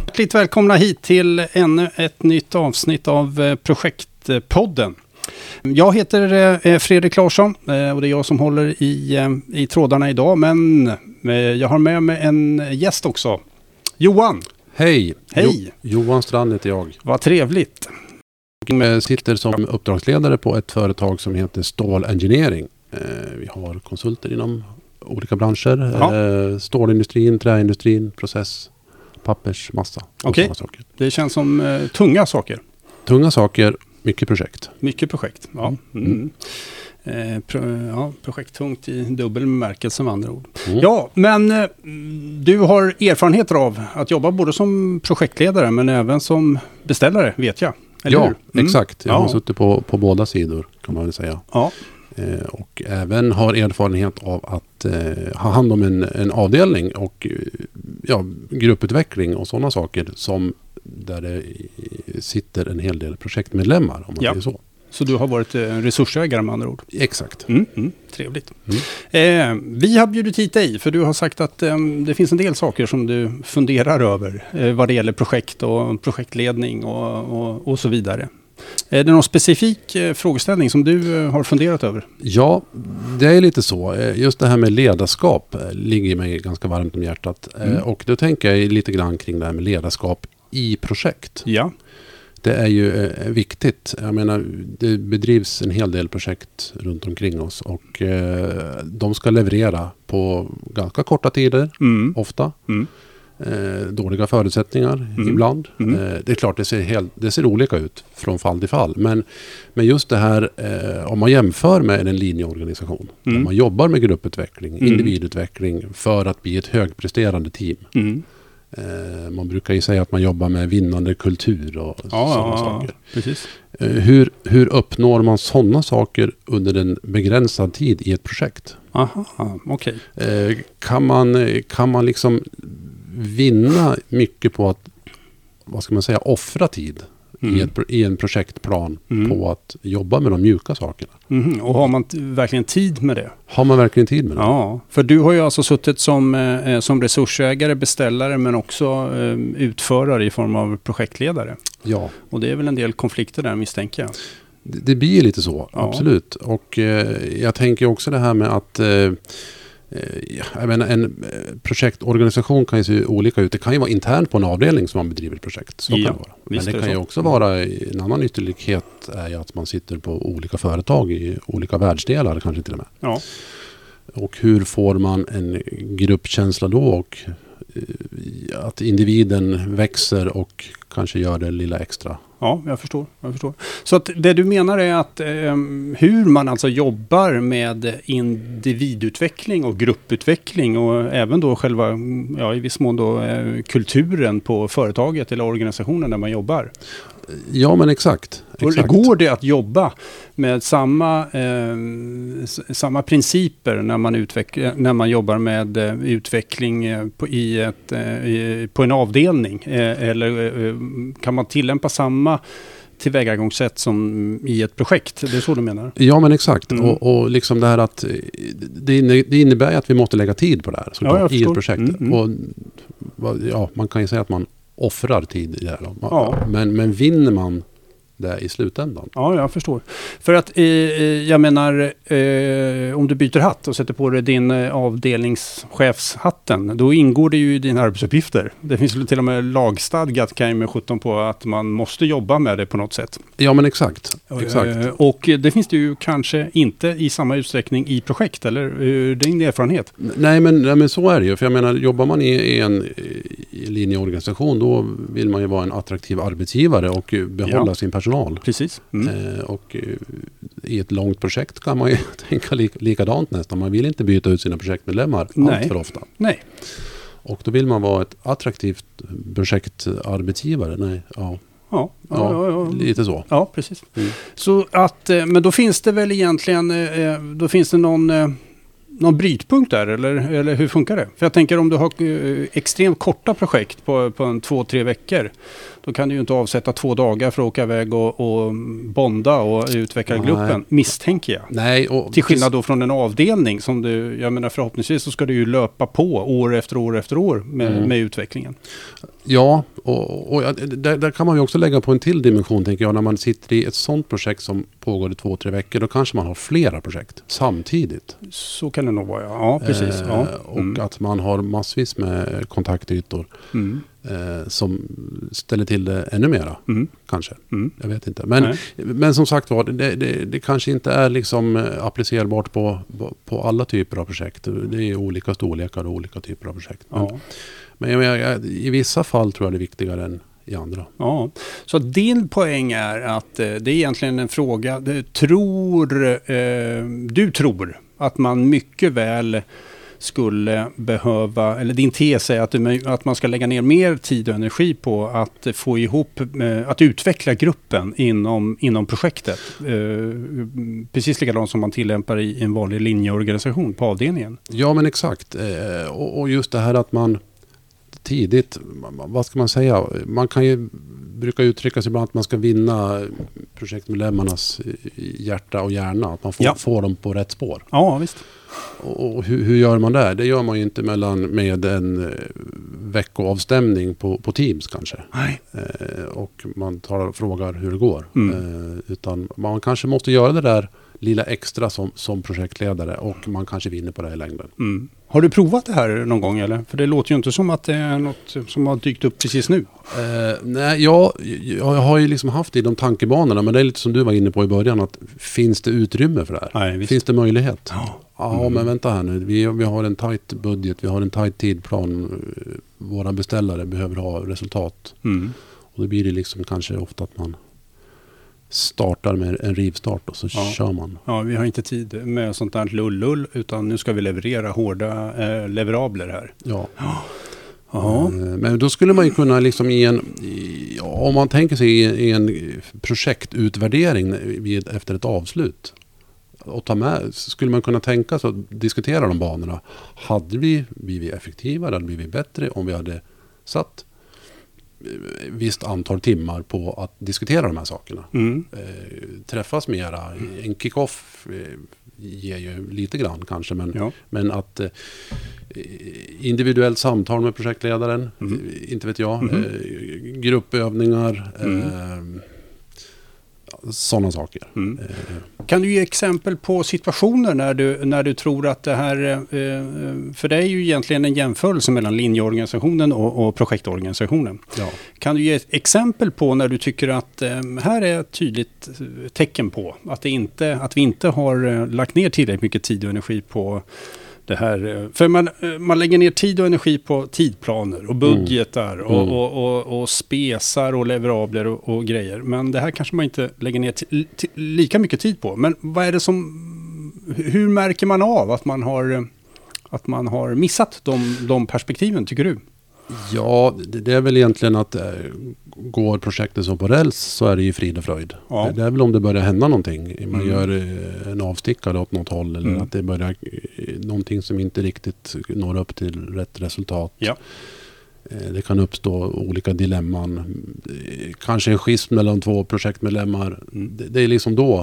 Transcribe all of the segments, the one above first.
Hjärtligt välkomna hit till ännu ett nytt avsnitt av Projektpodden. Jag heter Fredrik Larsson och det är jag som håller i trådarna idag. Men jag har med mig en gäst också. Johan. Hej. Hej. Johan Strand heter jag. Vad trevligt. Jag sitter som uppdragsledare på ett företag som heter Stål Engineering. Vi har konsulter inom olika branscher. Ja. Stålindustrin, träindustrin, process, pappers, massa. Okej. Det känns som tunga saker. Tunga saker, mycket projekt. Mycket projekt, ja. Mm. Projekttungt i dubbel bemärkelse med andra ord. Ja, men du har erfarenheter av att jobba både som projektledare men även som beställare, vet jag. Eller hur? Exakt. Jag har suttit på båda sidor, kan man väl säga. Ja. Och även har erfarenhet av att ha hand om en avdelning och grupputveckling och sådana saker som där det sitter en hel del projektmedlemmar, om man säger så. Så du har varit resursägare med andra ord? Exakt. Trevligt. Vi har bjudit hit dig för du har sagt att det finns en del saker som du funderar över vad det gäller projekt och projektledning och så vidare. Är det någon specifik frågeställning som du har funderat över? Ja, det är lite så. Just det här med ledarskap ligger mig ganska varmt om hjärtat. Och då tänker jag lite grann kring det här med ledarskap i projekt. Ja. Det är ju viktigt. Jag menar, det bedrivs en hel del projekt runt omkring oss och de ska leverera på ganska korta tider, ofta. Dåliga förutsättningar ibland. Det är klart, det ser olika ut från fall till fall. Men just det här, om man jämför med en linjeorganisation, där man jobbar med grupputveckling, individutveckling för att bli ett högpresterande team. Man brukar ju säga att man jobbar med vinnande kultur och sådana saker. Precis. Hur uppnår man sådana saker under en begränsad tid i ett projekt? Okej. Kan man liksom vinna mycket på att, vad ska man säga, offra tid i en projektplan på att jobba med de mjuka sakerna. Och har man verkligen tid med det? Har man verkligen tid med det? Ja, för du har ju alltså suttit som resursägare, beställare men också utförare i form av projektledare. Ja. Och det är väl en del konflikter där, misstänker jag. Det blir lite så, absolut. Och jag tänker också det här med att jag menar, en projektorganisation kan ju se olika ut. Det kan ju vara internt på en avdelning som man bedriver ett projekt. Så kan det vara. Men det kan ju också vara, en annan ytterlighet är ju att man sitter på olika företag i olika världsdelar kanske till och med. Ja. Och hur får man en gruppkänsla då och att individen växer och kanske gör det lilla extra. Ja, jag förstår. Så att det du menar är att hur man alltså jobbar med individutveckling och grupputveckling och även då själva, i viss mån då kulturen på företaget eller organisationen där man jobbar. Ja, men exakt. Och går det att jobba med samma principer när man jobbar med utveckling på en avdelning? Eller kan man tillämpa samma tillvägagångssätt som i ett projekt? Det är så du menar? Ja, men exakt. Och liksom det här att det innebär att vi måste lägga tid på det här i ett projekt. Och man kan ju säga att man offrar tid i det här. Men vinner man det i slutändan? Ja, jag förstår. För att jag menar, om du byter hatt och sätter på dig din avdelningschefshatten, då ingår det ju i dina arbetsuppgifter. Det finns till och med lagstadgat kan ju med 17 på att man måste jobba med det på något sätt. Ja, men exakt. Och det finns det ju kanske inte i samma utsträckning i projekt, eller din erfarenhet? Nej, men så är det ju. För jag menar, jobbar man i en linjeorganisation, då vill man ju vara en attraktiv arbetsgivare och behålla sin personal. Precis. Och i ett långt projekt kan man ju tänka likadant nästan. Man vill inte byta ut sina projektmedlemmar allt för ofta. Nej. Och då vill man vara ett attraktivt projektarbetsgivare. Lite så. Ja, precis. Så att, men då finns det väl egentligen, då finns det någon brytpunkt där, eller hur funkar det? För jag tänker om du har extremt korta projekt på 2-3 veckor, då kan du ju inte avsätta 2 dagar för att åka iväg och bonda och utveckla gruppen, misstänker jag. Nej, till skillnad då från en avdelning som jag menar förhoppningsvis så ska du ju löpa på år efter år med utvecklingen. Ja, och där kan man ju också lägga på en till dimension, tänker jag. När man sitter i ett sånt projekt som pågår i 2-3 veckor, då kanske man har flera projekt samtidigt. Så kan det nog vara, ja precis. Och att man har massvis med kontaktytor som ställer till det ännu mera, kanske. Jag vet inte. Men som sagt var, det kanske inte är liksom applicerbart på alla typer av projekt. Det är olika storlekar och olika typer av projekt. Men i vissa fall tror jag det är viktigare än i andra. Ja, så din poäng är att det är egentligen en fråga. Du tror att man mycket väl skulle behöva, eller din tes är att man ska lägga ner mer tid och energi på att få ihop, att utveckla gruppen inom projektet. Precis likadant som man tillämpar i en vanlig linjeorganisation på avdelningen. Ja, men exakt. Och just det här att man tidigt, vad ska man säga? Man kan ju brukar uttrycka sig ibland att man ska vinna projektmedlemmarnas hjärta och hjärna. Att man får dem på rätt spår. Ja, visst. Och hur gör man det? Det gör man ju inte med en veckoavstämning på Teams kanske. Nej. Och man frågar hur det går. Utan man kanske måste göra det där lilla extra som projektledare och man kanske vinner på det i längden. Har du provat det här någon gång eller? För det låter ju inte som att det är något som har dykt upp precis nu. Nej, jag har ju liksom haft det i de tankebanorna, men det är lite som du var inne på i början, att finns det utrymme för det här? Nej, finns det möjlighet? Ja, men vänta här nu. Vi har en tajt budget, vi har en tajt tidplan. Våra beställare behöver ha resultat. Och då blir det liksom kanske ofta att man startar med en rivstart och så kör man. Ja, vi har inte tid med sånt där lull, utan nu ska vi leverera hårda leverabler här. Ja. Men då skulle man ju kunna liksom om man tänker sig i en projektutvärdering efter ett avslut och ta med, skulle man kunna tänka sig att diskutera de banorna. Hade vi blivit effektivare, hade vi blivit bättre om vi hade satt visst antal timmar på att diskutera de här sakerna. Träffas mera. En kick-off ger ju lite grann kanske, men att individuellt samtal med projektledaren, inte vet jag, gruppövningar, sådana saker. Kan du ge exempel på situationer när du tror att det här, för det är ju egentligen en jämförelse mellan linjeorganisationen och projektorganisationen. Ja. Kan du ge ett exempel på när du tycker att här är ett tydligt tecken på att vi inte har lagt ner tillräckligt mycket tid och energi på det här, för man lägger ner tid och energi på tidplaner och budgetar och spesar och leverabler och grejer. Men det här kanske man inte lägger ner lika mycket tid på. Men vad är det hur märker man av att man har missat de perspektiven, tycker du? Ja, det är väl egentligen att går projektet som på räls så är det ju frid och fröjd. Ja. Det är väl om det börjar hända någonting. Man gör en avstickare åt något håll eller att det börjar någonting som inte riktigt når upp till rätt resultat. Ja. Det kan uppstå olika dilemman. Kanske en schism mellan 2 projektmedlemmar. Det är liksom då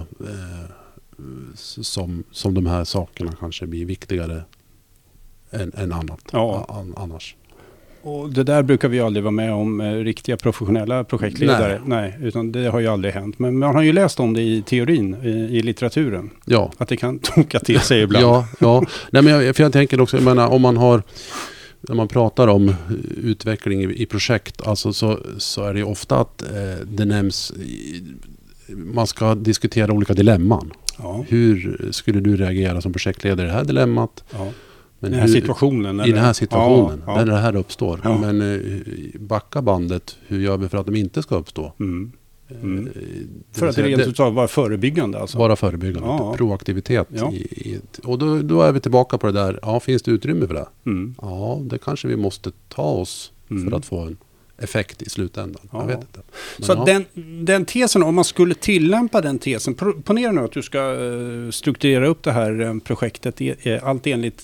som de här sakerna kanske blir viktigare än annat. Ja. Annars. Och det där brukar vi aldrig vara med om, riktiga professionella projektledare. Nej, utan det har ju aldrig hänt. Men man har ju läst om det i teorin, i litteraturen. Ja. Att det kan toka till sig ibland. Ja. Nej, men jag tänker också, om man har, när man pratar om utveckling i projekt, alltså så är det ofta att det nämns, man ska diskutera olika dilemman. Ja. Hur skulle du reagera som projektledare i det här dilemmat? Ja. Men den här situationen? I den här situationen, där det här uppstår. Ja. Men backa bandet, hur gör vi för att de inte ska uppstå? För att det rent utav vara förebyggande? Alltså. Vara förebyggande, proaktivitet. Ja. Och då är vi tillbaka på det där, finns det utrymme för det? Ja, det kanske vi måste ta oss för att få en effekt i slutändan. Ja. Jag vet inte. Så den tesen, om man skulle tillämpa den tesen, ponera nu att du ska strukturera upp det här projektet allt enligt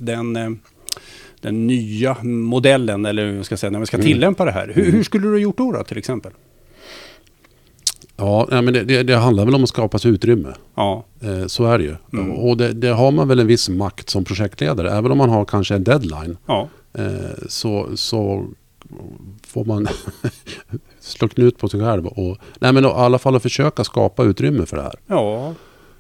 den nya modellen, eller hur ska säga, när vi ska tillämpa det här. Hur skulle du ha gjort då till exempel? Ja, men det handlar väl om att skapa sig utrymme. Ja. Så är det ju. Och det har man väl en viss makt som projektledare. Även om man har kanske en deadline. Ja. Så får man slå knut på sig själv. Och, nej, men i alla fall att försöka skapa utrymme för det här. Ja.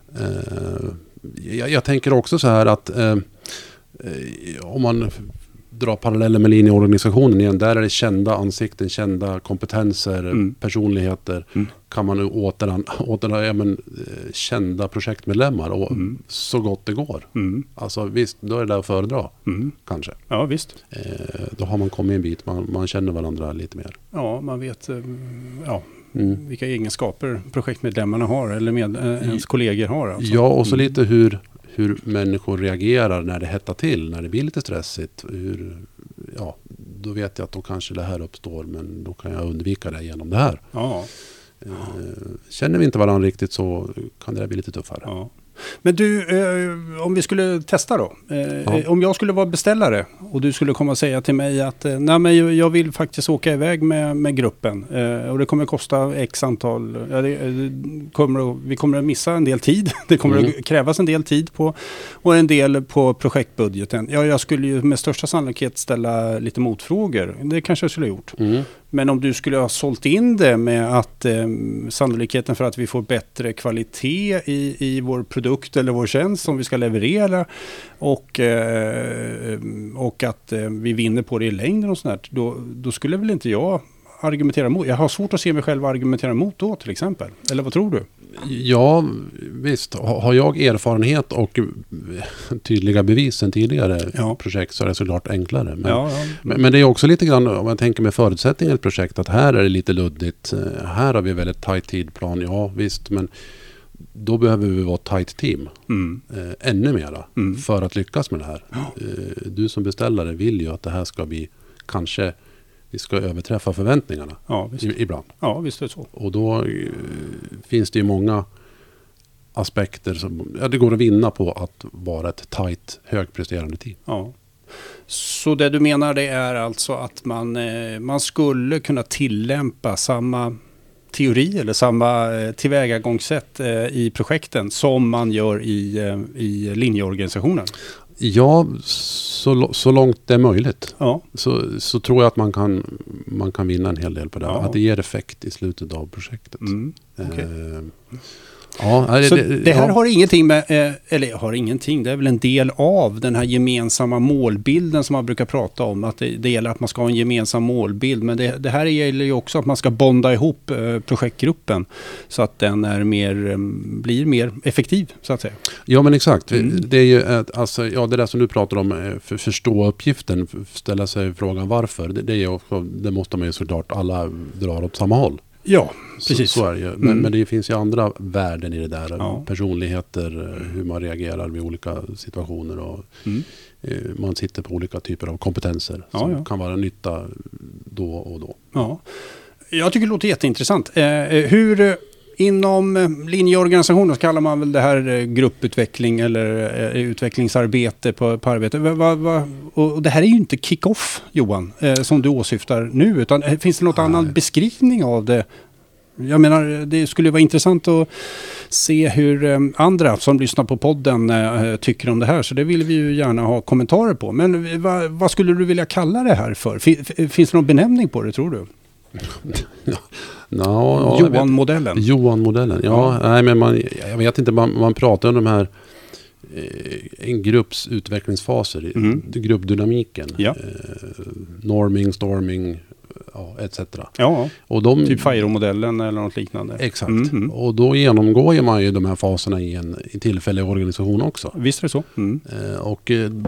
Jag tänker också så här att om man dra paralleller med linjeorganisationen igen. Där är det kända ansikten, kända kompetenser, personligheter. Kan man nu kända projektmedlemmar och så gott det går. Alltså visst, då är det där att föredra. Kanske. Ja, visst. Då har man kommit en bit. Man känner varandra lite mer. Ja, man vet vilka egenskaper projektmedlemmarna har eller ens kollegor har. Alltså. Ja, och så lite hur människor reagerar när det hettar till, när det blir lite stressigt. Då vet jag att då kanske det här uppstår, men då kan jag undvika det genom det här. Ja. Känner vi inte varandra riktigt så kan det bli lite tuffare. Ja. Men du, om vi skulle testa då. Om jag skulle vara beställare och du skulle komma och säga till mig att jag vill faktiskt åka iväg med gruppen och det kommer kosta x antal, vi kommer att missa en del tid. Det kommer att krävas en del tid på och en del på projektbudgeten. Jag skulle ju med största sannolikhet ställa lite motfrågor. Det kanske jag skulle ha gjort. Men om du skulle ha sålt in det med att sannolikheten för att vi får bättre kvalitet i vår produkt eller vår tjänst som vi ska leverera och att vi vinner på det i längden och sånt där, då skulle väl inte jag argumentera emot. Jag har svårt att se mig själv argumentera emot då till exempel. Eller vad tror du? Ja, visst. Har jag erfarenhet och tydliga bevis sen tidigare projekt så är det såklart enklare. Men det är också lite grann, om jag tänker med förutsättningar i ett projekt, att här är det lite luddigt. Här har vi väldigt tajt tidplan, ja visst, men då behöver vi vara ett tajt team. Ännu mera för att lyckas med det här. Du som beställare vill ju att det här ska bli kanske vi ska överträffa förväntningarna ibland. Ja, visst är det så. Och då finns det ju många aspekter som det går att vinna på att vara ett tajt, högpresterande team. Ja. Så det du menar det är alltså att man skulle kunna tillämpa samma teori eller samma tillvägagångssätt i projekten som man gör i linjeorganisationen? Ja, så långt det är möjligt. Ja. Så tror jag att man kan vinna en hel del på det. Ja. Att det ger effekt i slutet av projektet. Okay. Så det här har ingenting med, eller har ingenting, det är väl en del av den här gemensamma målbilden som man brukar prata om. Att det gäller att man ska ha en gemensam målbild. Men det här gäller ju också att man ska bonda ihop projektgruppen så att den blir mer effektiv så att säga. Ja men exakt. Det är ju det där som du pratar om, förstå uppgiften, ställa sig frågan varför. Det måste man ju såklart, alla drar åt samma håll. Ja, precis. Så är det ju. Men det finns ju andra värden i det där. Ja. Personligheter, hur man reagerar vid olika situationer. Och man sitter på olika typer av kompetenser som kan vara nytta då och då. Ja. Jag tycker det låter jätteintressant. Hur inom linjeorganisationen kallar man väl det här grupputveckling eller utvecklingsarbete på arbete. Och det här är ju inte kick-off, Johan, som du åsyftar nu, utan finns det något annan beskrivning av det? Jag menar, det skulle vara intressant att se hur andra som lyssnar på podden tycker om det här, så det vill vi ju gärna ha kommentarer på. Men vad skulle du vilja kalla det här för? Finns det någon benämning på det, tror du? Johan-modellen. Johan-modellen, nej, men jag vet inte, man pratar om de här en grupps utvecklingsfaser, gruppdynamiken, norming, storming, etc. Ja, och typ FIRO-modellen eller något liknande. Exakt, och då genomgår man ju de här faserna i en tillfällig organisation också. Visst är det så. Och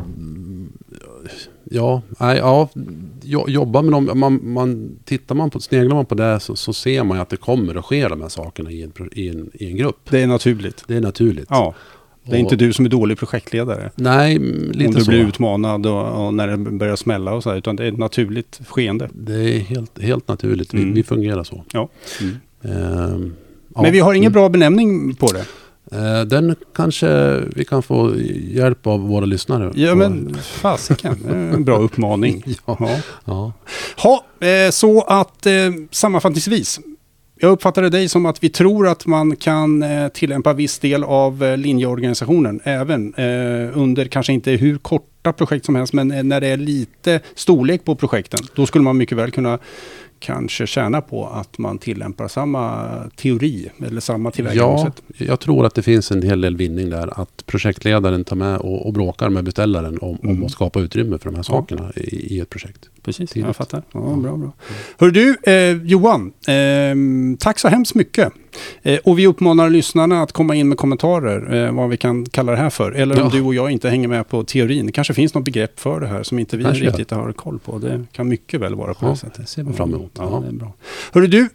jobba med dem, sneglar man på det så ser man ju att det kommer att ske de här sakerna i en grupp. Det är naturligt. Ja. Det är inte du som är dålig projektledare. Nej, lite så. Om du blir utmanad och när det börjar smälla och så här, utan det är ett naturligt skeende. Det är helt naturligt. Vi fungerar så. Ja. Men vi har ingen bra benämning på det. Den kanske vi kan få hjälp av våra lyssnare. Ja, men fasiken. En bra uppmaning. Så att sammanfattningsvis. Jag uppfattade dig som att vi tror att man kan tillämpa viss del av linjeorganisationen även under kanske inte hur korta projekt som helst, men när det är lite storlek på projekten. Då skulle man mycket väl kunna kanske tjäna på att man tillämpar samma teori eller samma tillvägagångssätt. Ja, jag tror att det finns en hel del vinning där. Att projektledaren tar med och bråkar med beställaren om att skapa utrymme för de här sakerna i ett projekt. Precis, tidigt. Jag fattar. Ja, bra. Hör du, Johan, tack så hemskt mycket. Och vi uppmanar lyssnarna att komma in med kommentarer vad vi kan kalla det här för. Eller om du och jag inte hänger med på teorin. Det kanske finns något begrepp för det här som inte vi riktigt har koll på. Det kan mycket väl vara på det sättet. Det ser vi fram emot. Ja, det är bra. Hörru du,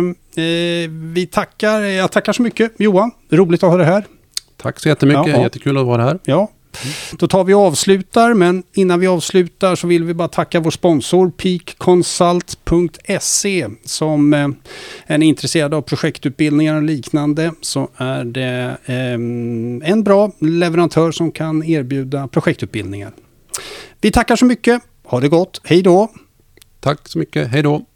jag tackar så mycket Johan. Roligt att ha det här. Tack så jättemycket. Jättekul att vara här. Ja. Då tar vi och avslutar, men innan vi avslutar så vill vi bara tacka vår sponsor peakconsult.se som är intresserad av projektutbildningar och liknande, så är det en bra leverantör som kan erbjuda projektutbildningar. Vi tackar så mycket. Ha det gott. Hej då. Tack så mycket. Hej då.